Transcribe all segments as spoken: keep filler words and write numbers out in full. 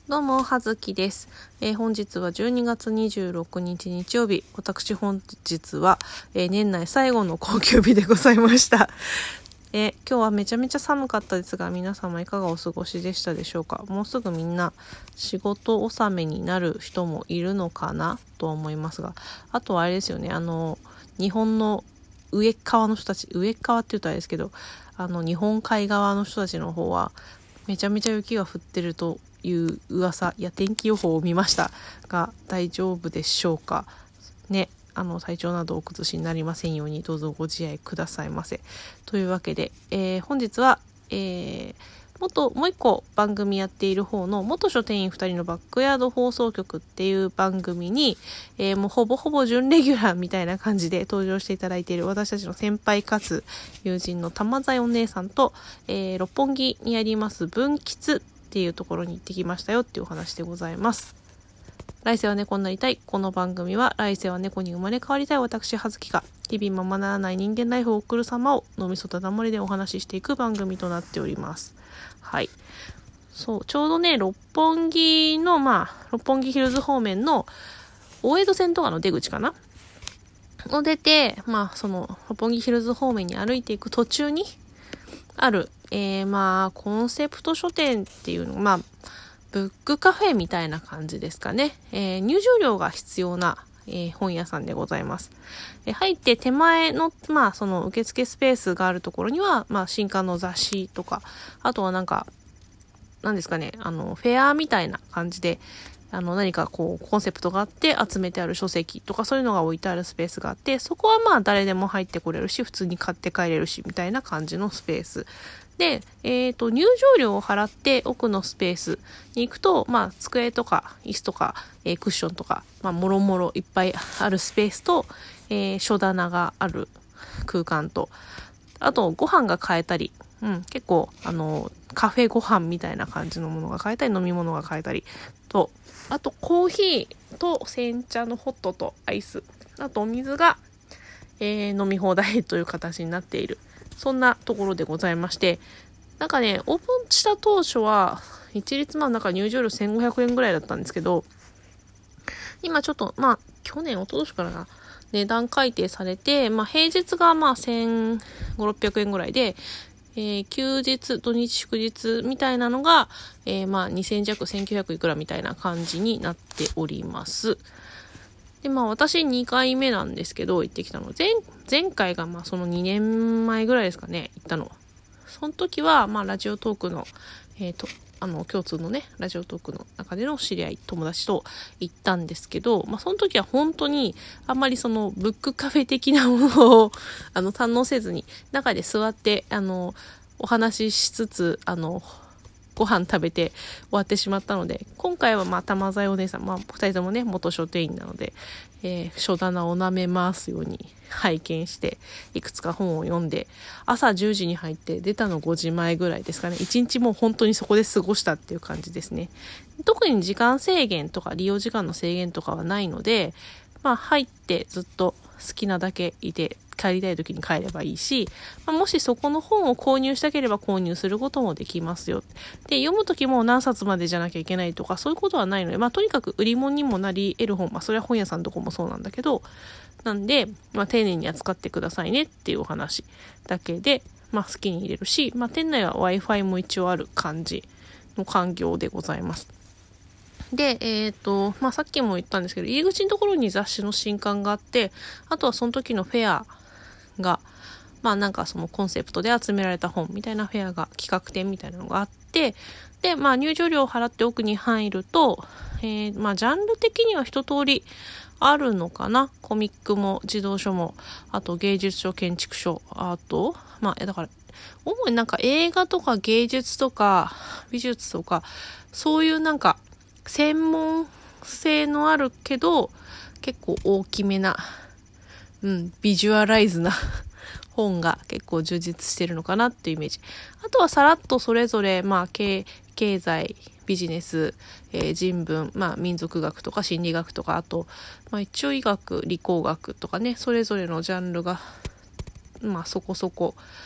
どうも、はずきです、えー、本日はじゅうにがつにじゅうろくにち日曜日。私本日は、えー、年内最後の高級日でございました、えー、今日はめちゃめちゃ寒かったですが、皆様いかがお過ごしでしたでしょうか。もうすぐみんな仕事納めになる人もいるのかなと思いますが、あとはあれですよね、あの日本の上側の人たち、上側って言うとあれですけど、あの日本海側の人たちの方はめちゃめちゃ雪が降ってるという噂や天気予報を見ましたが、大丈夫でしょうかね。あの体調などお崩しになりませんようにどうぞご自愛くださいませ。というわけで、えー、本日は、えー、元もう一個番組やっている方の元書店員ふたりのバックヤード放送局っていう番組に、えー、もうほぼほぼ準レギュラーみたいな感じで登場していただいている私たちの先輩かつ友人の玉材お姉さんと、えー、六本木にあります文吉っていうところに行ってきましたよっていうお話でございます。来世は猫になりたい。この番組は来世は猫に生まれ変わりたい私はずきが日々ままならない人間ライフを送る様を脳みそただ漏れでお話ししていく番組となっております。はい。そう、ちょうどね、六本木の、まあ、六本木ヒルズ方面の大江戸線とかの出口かなを出て、まあ、その六本木ヒルズ方面に歩いていく途中にある、えー、まあ、コンセプト書店っていうの、まあ、ブックカフェみたいな感じですかね。えー、入場料が必要な、えー、本屋さんでございます。えー、入って手前の、まあ、その受付スペースがあるところには、まあ、新刊の雑誌とか、あとはなんか、なんですかね、あの、フェアみたいな感じで、あの、何かこう、コンセプトがあって集めてある書籍とかそういうのが置いてあるスペースがあって、そこはまあ誰でも入ってこれるし、普通に買って帰れるし、みたいな感じのスペース。で、えっと、入場料を払って奥のスペースに行くと、まあ、机とか椅子とか、えー、クッションとか、まあ、もろもろいっぱいあるスペースと、えー、書棚がある空間と、あと、ご飯が買えたり、うん、結構、あの、カフェご飯みたいな感じのものが買えたり、飲み物が買えたりと、あと、コーヒーと煎茶のホットとアイス、あとお水が、えー、飲み放題という形になっている。そんなところでございまして、なんかね、オープンした当初は、一律まあなんか入場料せんごひゃくえんぐらいだったんですけど、今ちょっと、まあ、去年、一昨年からな、値段改定されて、まあ平日がまあせんごひゃく、ろっぴゃくえんぐらいで、えー、休日、土日祝日みたいなのが、えー、まあにせん弱、せんきゅうひゃくいくらみたいな感じになっております。で、まあ私にかいめなんですけど、行ってきたの。前、前回がまあそのにねんまえぐらいですかね、行ったの。その時は、まあラジオトークの、えっと、あの、共通のね、ラジオトークの中での知り合い、友達と行ったんですけど、まあその時は本当に、あんまりそのブックカフェ的なものを、あの、堪能せずに、中で座って、あの、お話ししつつ、あの、ご飯食べて終わってしまったので、今回はまあ玉材お姉さん、まあ二人ともね元書店員なので、えー、書棚を舐め回すように拝見していくつか本を読んで、朝じゅうじに入って出たのごじまえぐらいですかね。一日もう本当にそこで過ごしたっていう感じですね。特に時間制限とか利用時間の制限とかはないので、まあ入ってずっと好きなだけいて帰りたい時に帰ればいいし、まあ、もしそこの本を購入したければ購入することもできますよ。で、読む時も何冊までじゃなきゃいけないとかそういうことはないので、まあとにかく売り物にもなり得る本、まあそれは本屋さんとかもそうなんだけど、なんで、まあ丁寧に扱ってくださいねっていうお話だけで、まあ好きに入れるし、まあ店内は Wi-Fi も一応ある感じの環境でございます。で、えっと、まあ、さっきも言ったんですけど、入り口のところに雑誌の新刊があって、あとはその時のフェアが、まあなんかそのコンセプトで集められた本みたいなフェアが、企画展みたいなのがあって、で、まあ入場料を払って奥に入ると、えー、まあジャンル的には一通りあるのかな。コミックも児童書も、あと芸術書、建築書、あと、まあだから、主になんか映画とか芸術とか美術とか、そういうなんか、専門性のあるけど結構大きめな、うん、ビジュアライズな本が結構充実してるのかなっていうイメージ。あとはさらっとそれぞれ、まあ、経, 経済、ビジネス、えー、人文、まあ、民族学とか心理学とか、あと、まあ、一応医学、理工学とかね、それぞれのジャンルが、まあ、そこそこ、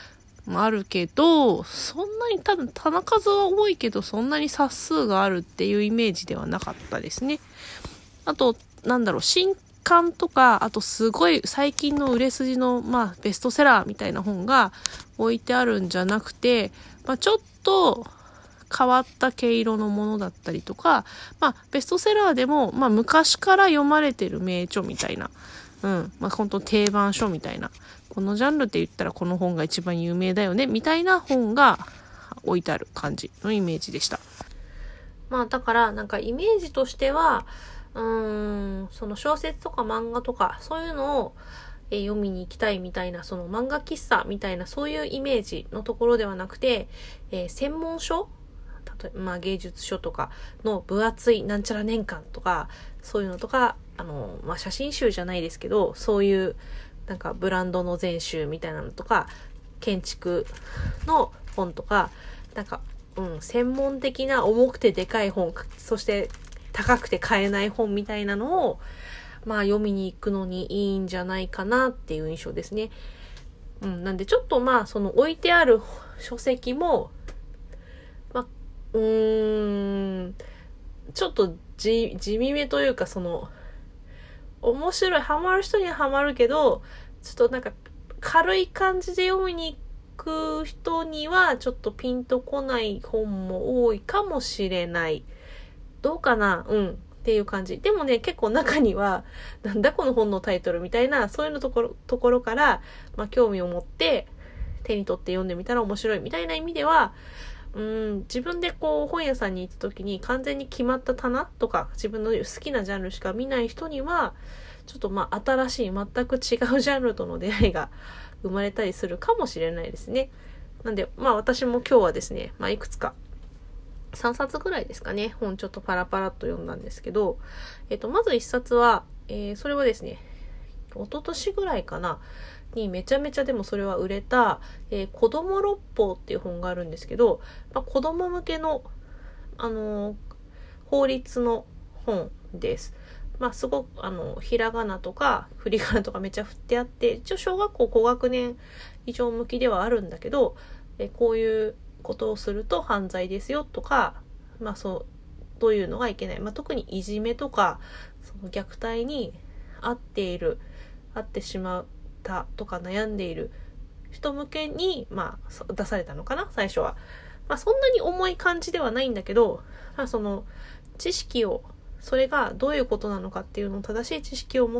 もあるけど、そんなに多分棚数は多いけど、そんなに冊数があるっていうイメージではなかったですね。あと、なんだろう、新刊とか、あとすごい最近の売れ筋の、まあ、ベストセラーみたいな本が置いてあるんじゃなくて、まあ、ちょっと変わった毛色のものだったりとか、まあ、ベストセラーでも、まあ、昔から読まれてる名著みたいな、うん、まあ、本当定番書みたいな、このジャンルって言ったらこの本が一番有名だよね、みたいな本が置いてある感じのイメージでした。まあ、だから、なんかイメージとしては、うーん、その小説とか漫画とか、そういうのを、えー、読みに行きたいみたいな、その漫画喫茶みたいな、そういうイメージのところではなくて、えー、専門書例えば、まあ、芸術書とかの分厚いなんちゃら年間とか、そういうのとか、あの、まあ、写真集じゃないですけど、そういう、なんかブランドの全集みたいなのとか、建築の本とか、なんか、うん、専門的な重くてでかい本、そして高くて買えない本みたいなのを、まあ読みに行くのにいいんじゃないかなっていう印象ですね。うん、なんでちょっとまあその置いてある書籍も、まあ、うーん、ちょっと地、地味めというかその、面白い、ハマる人にはハマるけど、ちょっとなんか軽い感じで読みに行く人にはちょっとピンとこない本も多いかもしれない。どうかなうん。っていう感じ。でもね、結構中には、なんだこの本のタイトルみたいな、そういうのところ、ところから、まあ興味を持って手に取って読んでみたら面白いみたいな意味では、うん、自分でこう本屋さんに行った時に完全に決まった棚とか自分の好きなジャンルしか見ない人には、ちょっとまあ新しい全く違うジャンルとの出会いが生まれたりするかもしれないですね。なんで、まあ私も今日はですね、まあいくつかさんさつぐらいですかね、本ちょっとパラパラっと読んだんですけど、えっと、まずいっさつは、えー、それはですね、一昨年ぐらいかな、にめちゃめちゃでもそれは売れた、えー、子供六法っていう本があるんですけど、まあ、子供向けの、あのー、法律の本です。まあ、すごく、あの、ひらがなとか、振り仮名とかめっちゃ振ってあって、一応小学校高学年以上向きではあるんだけど、えー、こういうことをすると犯罪ですよとか、まあそう、どういうのがいけない。まあ特にいじめとか、その虐待に遭っている、遭ってしまったとか悩んでいる人向けに、まあ出されたのかな、最初は。まあそんなに重い感じではないんだけど、まあその知識を、それがどういうことなのかっていうのを正しい知識を持って、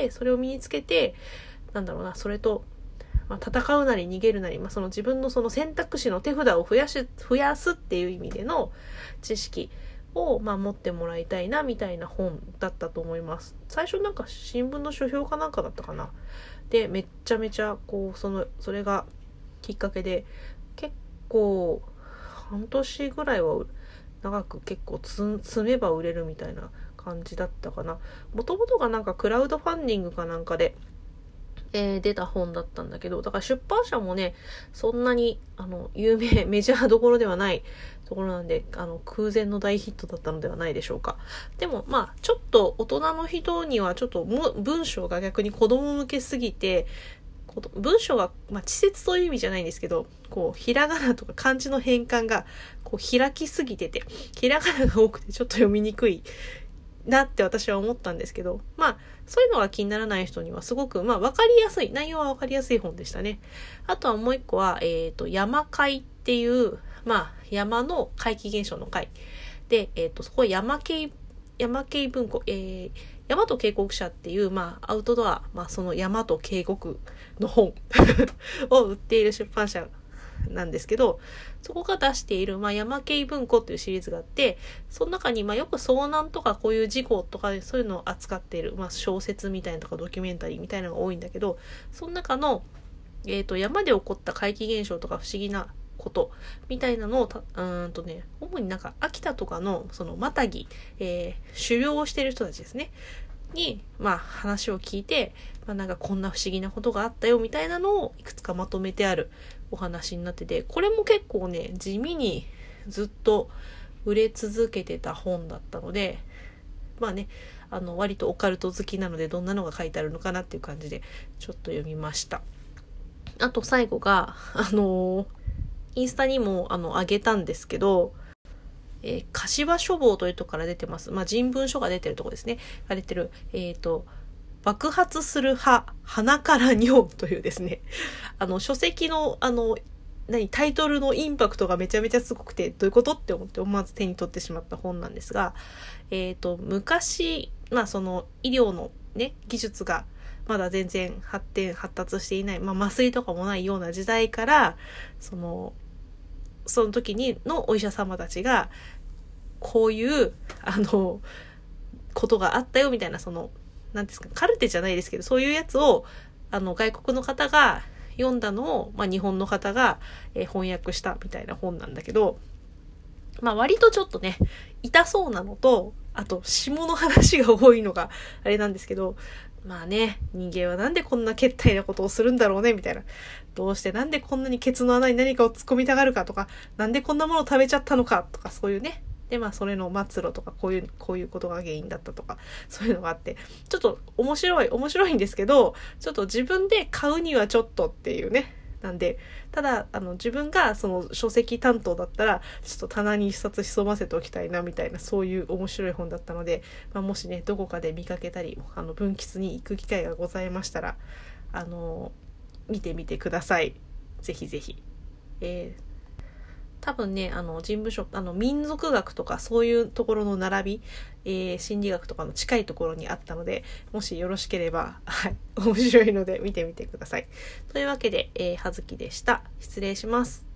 それを身につけて、なんだろうな、それと、まあ、戦うなり逃げるなり、まあ、その自分のその選択肢の手札を増やし、増やすっていう意味での知識を、まあ、持ってもらいたいなみたいな本だったと思います。最初なんか新聞の書評かなんかだったかな。で、めっちゃめちゃこう、その、それがきっかけで、結構、半年ぐらいは長く結構つ積めば売れるみたいな感じだったかな。もともとがなんかクラウドファンディングかなんかで、えー、出た本だったんだけど、だから出版社もね、そんなに、あの、有名、メジャーどころではないところなんで、あの、空前の大ヒットだったのではないでしょうか。でも、まあ、ちょっと大人の人にはちょっとも文章が逆に子供向けすぎて、文章が、まあ、稚拙という意味じゃないんですけど、こう、ひらがなとか漢字の変換が、こう、開きすぎてて、ひらがなが多くてちょっと読みにくいなって私は思ったんですけど、まあ、そういうのが気にならない人にはすごく、まあ、わかりやすい、内容はわかりやすい本でしたね。あとはもう一個は、えっと、山海っていう、まあ、山の怪奇現象の会。で、えっと、そこは山系、山系文庫、えー、山と渓谷社っていう、まあ、アウトドア、まあ、その山と渓谷の本を売っている出版社なんですけど、そこが出している、まあ、山系文庫っていうシリーズがあって、その中に、まあ、よく遭難とかこういう事故とかそういうのを扱っている、まあ、小説みたいなとかドキュメンタリーみたいなのが多いんだけど、その中の、えっと、山で起こった怪奇現象とか不思議なことみたいなのをた、うーんとね、主になんか秋田とかのそのマタギ、えー、狩猟をしている人たちですね。に、まあ話を聞いて、まあなんかこんな不思議なことがあったよみたいなのをいくつかまとめてあるお話になってて、これも結構ね、地味にずっと売れ続けてた本だったので、まあね、あの割とオカルト好きなのでどんなのが書いてあるのかなっていう感じでちょっと読みました。 あと最後が、あのー、インスタにもあの上げたんですけど、えー、柏書房というところから出てます。まあ、人文書が出てるところですね。が出てる、えっと、爆発する歯、鼻から尿というですね、あの、書籍の、あの、何、タイトルのインパクトがめちゃめちゃすごくて、どういうことって思って思わず手に取ってしまった本なんですが、えっと、昔、まあ、その、医療のね、技術が、まだ全然発展、発達していない、まあ、麻酔とかもないような時代から、その、その時にのお医者様たちが、こういう、あの、ことがあったよみたいな、その、なんですか、カルテじゃないですけど、そういうやつを、あの、外国の方が読んだのを、まあ、日本の方が、えー、翻訳したみたいな本なんだけど、まあ、割とちょっとね、痛そうなのと、あと、下の話が多いのが、あれなんですけど、まあね、人間はなんでこんなけったいなことをするんだろうね、みたいな。どうしてなんでこんなにケツの穴に何かを突っ込みたがるかとか、なんでこんなものを食べちゃったのかとか、そういうね。で、まあ、それの末路とか、こういう、こういうことが原因だったとか、そういうのがあって、ちょっと面白い、面白いんですけど、ちょっと自分で買うにはちょっとっていうね。なんで、ただ、あの、自分がその書籍担当だったら、ちょっと棚に一冊潜ませておきたいな、みたいな、そういう面白い本だったので、まあ、もしね、どこかで見かけたり、あの、文喫に行く機会がございましたら、あの、見てみてください。ぜひぜひ。えー多分ね、あの、人文書、あの、民族学とかそういうところの並び、えー、心理学とかの近いところにあったので、もしよろしければ、はい、面白いので見てみてください。というわけで、えー、はずきでした。失礼します。